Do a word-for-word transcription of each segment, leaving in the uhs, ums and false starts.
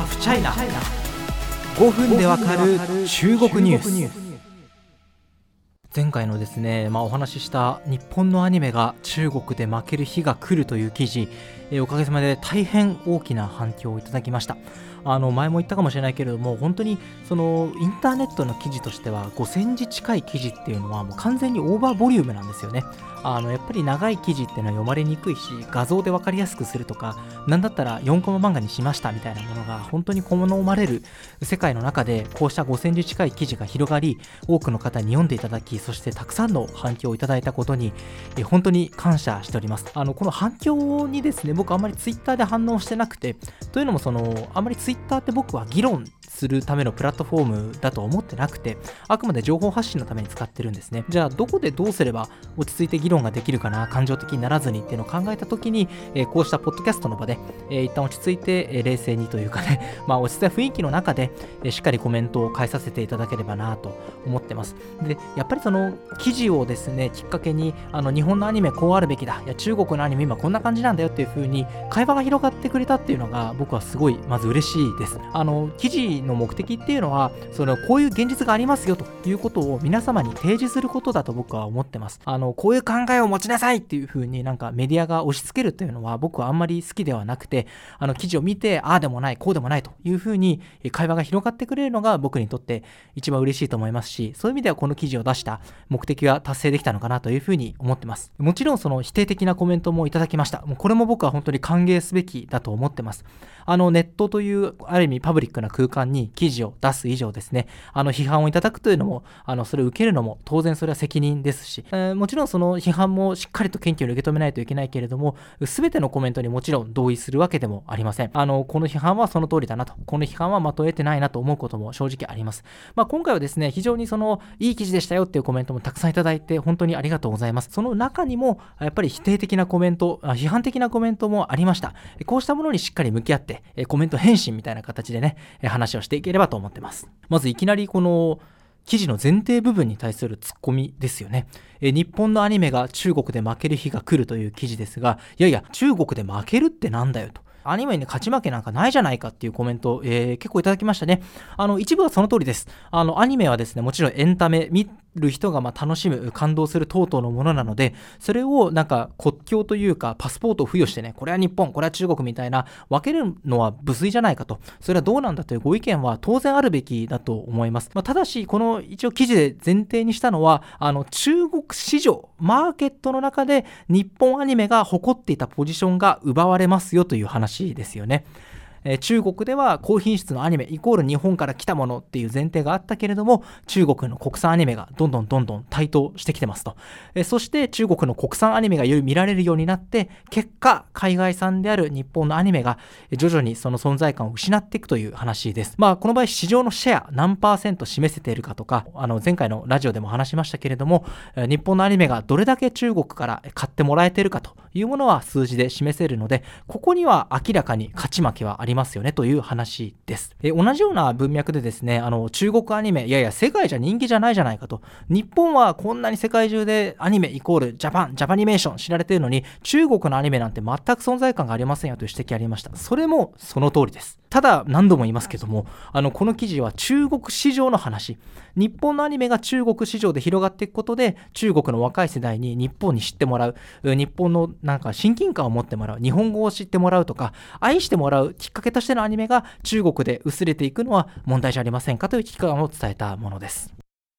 ハフチャイナ、ごふんでわかる中国ニュース。前回のですね、まあ、お話しした日本のアニメが中国で負ける日が来るという記事、えー、おかげさまで大変大きな反響をいただきました。あの前も言ったかもしれないけれども、本当にそのインターネットの記事としてはごせんじ近い記事っていうのはもう完全にオーバーボリュームなんですよね。あのやっぱり長い記事っていうのは読まれにくいし、画像で分かりやすくするとか、なんだったらよんコマ漫画にしましたみたいなものが本当に好まれる世界の中で、こうしたごせんじ近い記事が広がり、多くの方に読んでいただき、そしてたくさんの反響をいただいたことにえ本当に感謝しております。あのこの反響にですね、僕あんまりツイッターで反応してなくて、というのもそのあんまりツイッターって僕は議論するためのプラットフォームだと思ってなくて、あくまで情報発信のために使ってるんですね。じゃあどこでどうすれば落ち着いて議論ができるかな、感情的にならずにっていうのを考えたときに、えー、こうしたポッドキャストの場で、えー、一旦落ち着いて、えー、冷静にというかね、まあ落ち着いた雰囲気の中で、えー、しっかりコメントを返させていただければなと思ってます。で、やっぱりその記事をですねきっかけに、あの日本のアニメこうあるべきだ、いや中国のアニメ今こんな感じなんだよっていう風に会話が広がってくれたっていうのが僕はすごいまず嬉しいです。あの記事の目的っていうのは、そのこういう現実がありますよということを皆様に提示することだと僕は思ってます。あのこういう考えを持ちなさいっていう風になんかメディアが押し付けるというのは僕はあんまり好きではなくて、あの記事を見てああでもないこうでもないという風に会話が広がってくれるのが僕にとって一番嬉しいと思いますし、そういう意味ではこの記事を出した目的は達成できたのかなという風に思ってます。もちろんその否定的なコメントもいただきました。もうこれも僕は本当に歓迎すべきだと思ってます。あのネットというある意味パブリックな空間に記事を出す以上ですね、あの批判をいただくというのも、あのそれを受けるのも当然それは責任ですし、えー、もちろんその批判もしっかりと謙虚に受け止めないといけないけれども、全てのコメントにもちろん同意するわけでもありません。あのこの批判はその通りだなと、この批判は的を得てないなと思うことも正直あります。まあ、今回はですね、非常にそのいい記事でしたよっていうコメントもたくさんいただいて本当にありがとうございます。その中にもやっぱり否定的なコメント、批判的なコメントもありました。こうしたものにしっかり向き合ってコメント返信みたいな形でね、話をしていければと思ってます。まずいきなりこの記事の前提部分に対するツッコミですよね。え日本のアニメが中国で負ける日が来るという記事ですが、いやいや中国で負けるってなんだよと、アニメに勝ち負けなんかないじゃないかっていうコメントを、えー、結構いただきましたね。あの一部はその通りです。あのアニメはですね、もちろんエンタメ、見る人がまあ楽しむ、感動する等々のものなので、それをなんか国境というかパスポートを付与してね、これは日本、これは中国みたいな分けるのは無粋じゃないかと、それはどうなんだというご意見は当然あるべきだと思います。まあ、ただしこの一応記事で前提にしたのは、あの中国市場マーケットの中で日本アニメが誇っていたポジションが奪われますよという話ですよね。えー、中国では高品質のアニメイコール日本から来たものっていう前提があったけれども、中国の国産アニメがどんどんどんどん台頭してきてますと、えー、そして中国の国産アニメがより見られるようになって、結果海外産である日本のアニメが徐々にその存在感を失っていくという話です。まあこの場合市場のシェア何パーセント占めせているかとか、あの前回のラジオでも話しましたけれども、日本のアニメがどれだけ中国から買ってもらえているかというものは数字で示せるので、ここには明らかに勝ち負けはありますよねという話です。え同じような文脈でですね、あの中国アニメ、いやいや世界じゃ人気じゃないじゃないかと、日本はこんなに世界中でアニメイコールジャパンジャパニメーション知られているのに、中国のアニメなんて全く存在感がありませんよという指摘ありました。それもその通りです。ただ何度も言いますけども、あのこの記事は中国市場の話、日本のアニメが中国市場で広がっていくことで、中国の若い世代に日本に知ってもらう、日本のなんか親近感を持ってもらう、日本語を知ってもらうとか愛してもらうきっかけとしてのアニメが中国で薄れていくのは問題じゃありませんかという危機感を伝えたものです。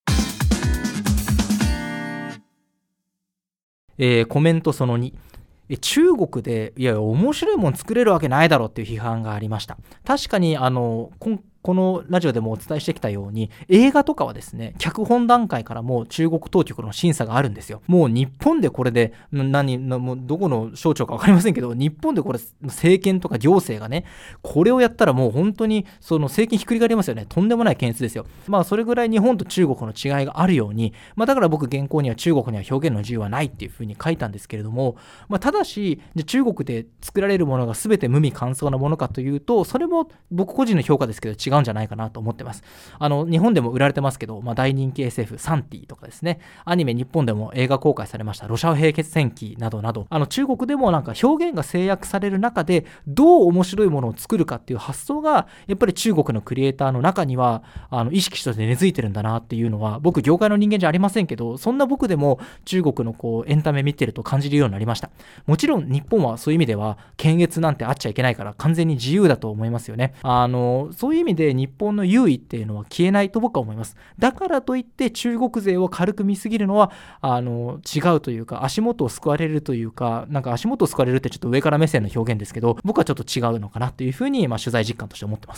えー、コメントそのに、中国でいや面白いもん作れるわけないだろうっていう批判がありました。確かにあの今このラジオでもお伝えしてきたように、映画とかはですね、脚本段階からもう中国当局の審査があるんですよ。もう日本でこれで何もうどこの省庁か分かりませんけど、日本でこれ政権とか行政がねこれをやったらもう本当にその政権ひっくり返りますよね。とんでもない検閲ですよ。まあそれぐらい日本と中国の違いがあるように、まあだから僕原稿には中国には表現の自由はないっていうふうに書いたんですけれども、まあただし中国で作られるものが全て無味乾燥なものかというと、それも僕個人の評価ですけど違違うんじゃないかなと思ってます。あの日本でも売られてますけど、まあ、大人気 エスエフ サンティとかですね、アニメ日本でも映画公開されましたロシア兵血戦記などなど、あの中国でもなんか表現が制約される中でどう面白いものを作るかっていう発想がやっぱり中国のクリエイターの中にはあの意識として根付いてるんだなっていうのは、僕業界の人間じゃありませんけど、そんな僕でも中国のこうエンタメ見てると感じるようになりました。もちろん日本はそういう意味では検閲なんてあっちゃいけないから完全に自由だと思いますよね。あのそういう意味で日本の優位っていうのは消えないと僕は思います。だからといって中国勢を軽く見すぎるのはあの違うというか、足元を救われるというか、なんか足元を救われるってちょっと上から目線の表現ですけど、僕はちょっと違うのかなというふうに、まあ、取材実感として思ってます。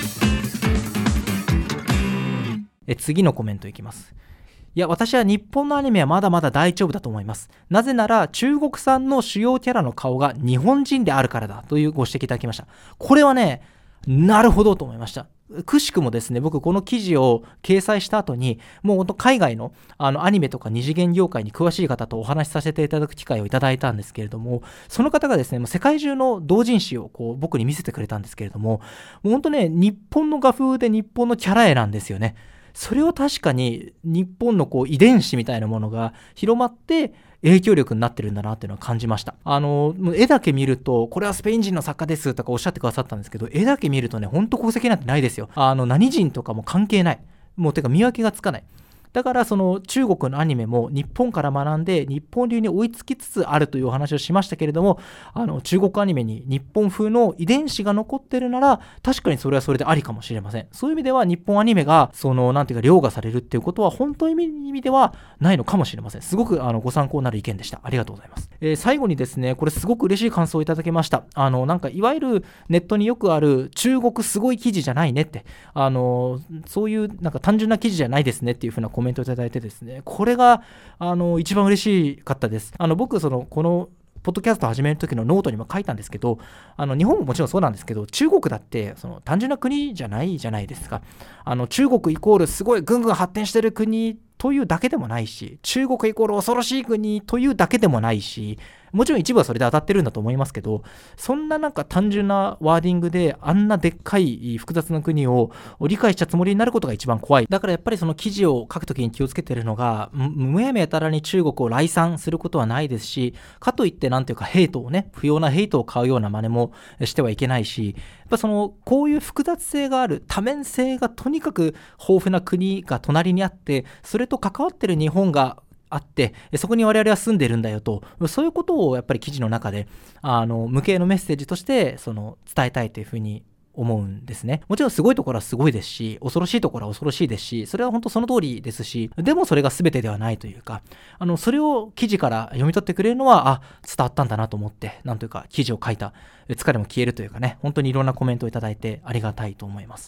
え次のコメントいきます。いや、私は日本のアニメはまだまだ大丈夫だと思います。なぜなら中国産の主要キャラの顔が日本人であるからだというご指摘いただきました。これはね、なるほどと思いました。くしくもですね、僕この記事を掲載した後にもう本当海外のあのアニメとか二次元業界に詳しい方とお話しさせていただく機会をいただいたんですけれども、その方がですね、もう世界中の同人誌をこう僕に見せてくれたんですけれども、もう本当ね、日本の画風で日本のキャラ絵なんですよね。それは確かに日本のこう遺伝子みたいなものが広まって影響力になってるんだなっていうのは感じました。あの絵だけ見るとこれはスペイン人の作家ですとかおっしゃってくださったんですけど、絵だけ見るとね、ほんと功績なんてないですよ。あの何人とかも関係ない、もうてか見分けがつかない。だからその中国のアニメも日本から学んで日本流に追いつきつつあるというお話をしましたけれども、あの中国アニメに日本風の遺伝子が残ってるなら確かにそれはそれでありかもしれません。そういう意味では日本アニメがそのなんていうか凌駕されるっていうことは本当に意味ではないのかもしれません。すごくあのご参考になる意見でした。ありがとうございます。えー、最後にですね、これすごく嬉しい感想をいただきました。あのなんかいわゆるネットによくある中国すごい記事じゃないねって、あのそういうなんか単純な記事じゃないですねっていう風なコメントをいただいてですね、これがあの一番嬉しかったです。あの僕そのこのポッドキャスト始める時のノートにも書いたんですけど、あの日本ももちろんそうなんですけど、中国だってその単純な国じゃないじゃないですか。あの中国イコールすごいぐんぐん発展してる国というだけでもないし、中国イコール恐ろしい国というだけでもないし、もちろん一部はそれで当たってるんだと思いますけど、そんななんか単純なワーディングであんなでっかい複雑な国を理解したつもりになることが一番怖い。だからやっぱりその記事を書くときに気をつけてるのが、むやみやたらに中国を礼賛することはないですし、かといってなんていうかヘイトをね、不要なヘイトを買うような真似もしてはいけないし、やっぱそのこういう複雑性がある多面性がとにかく豊富な国が隣にあって、それと関わってる日本があって、そこに我々は住んでるんだよと、そういうことをやっぱり記事の中であの無形のメッセージとしてその伝えたいというふうに思うんですね。もちろんすごいところはすごいですし、恐ろしいところは恐ろしいですし、それは本当その通りですし、でもそれが全てではないというか、あのそれを記事から読み取ってくれるのは、あ、伝わったんだなと思って、なんというか記事を書いた疲れも消えるというかね、本当にいろんなコメントをいただいてありがたいと思います。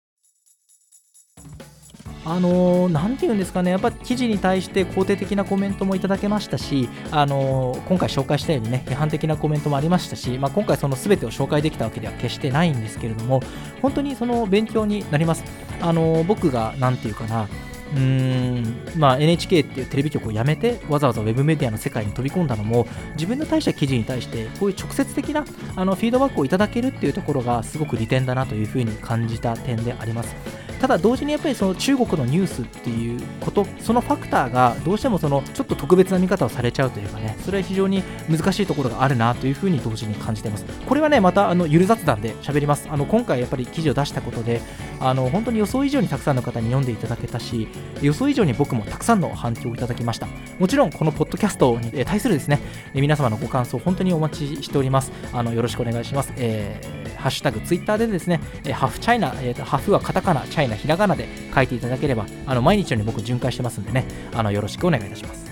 あのー、なんていうんですかね、やっぱ記事に対して肯定的なコメントもいただけましたし、あのー、今回紹介したようにね、批判的なコメントもありましたし、まあ、今回その全てを紹介できたわけでは決してないんですけれども、本当にその勉強になります。あのー、僕がなんていうかな、うーんまあ、エヌエイチケー っていうテレビ局を辞めてわざわざウェブメディアの世界に飛び込んだのも、自分の大した記事に対してこういう直接的なあのフィードバックをいただけるっていうところがすごく利点だなというふうに感じた点であります。ただ同時にやっぱりその中国のニュースっていうこと、そのファクターがどうしてもそのちょっと特別な見方をされちゃうというかね、それは非常に難しいところがあるなというふうに同時に感じています。これはね、またあのゆる雑談で喋ります。あの今回やっぱり記事を出したことで、あの本当に予想以上にたくさんの方に読んでいただけたし、予想以上に僕もたくさんの反響をいただきました。もちろんこのポッドキャストに対するですね、皆様のご感想本当にお待ちしております。あのよろしくお願いします。えーハッシュタグツイッターでですね、ハフチャイナ、えー、ハフはカタカナ、チャイナひらがなで書いていただければ、あの毎日のように僕巡回してますんでね、あのよろしくお願いいたします。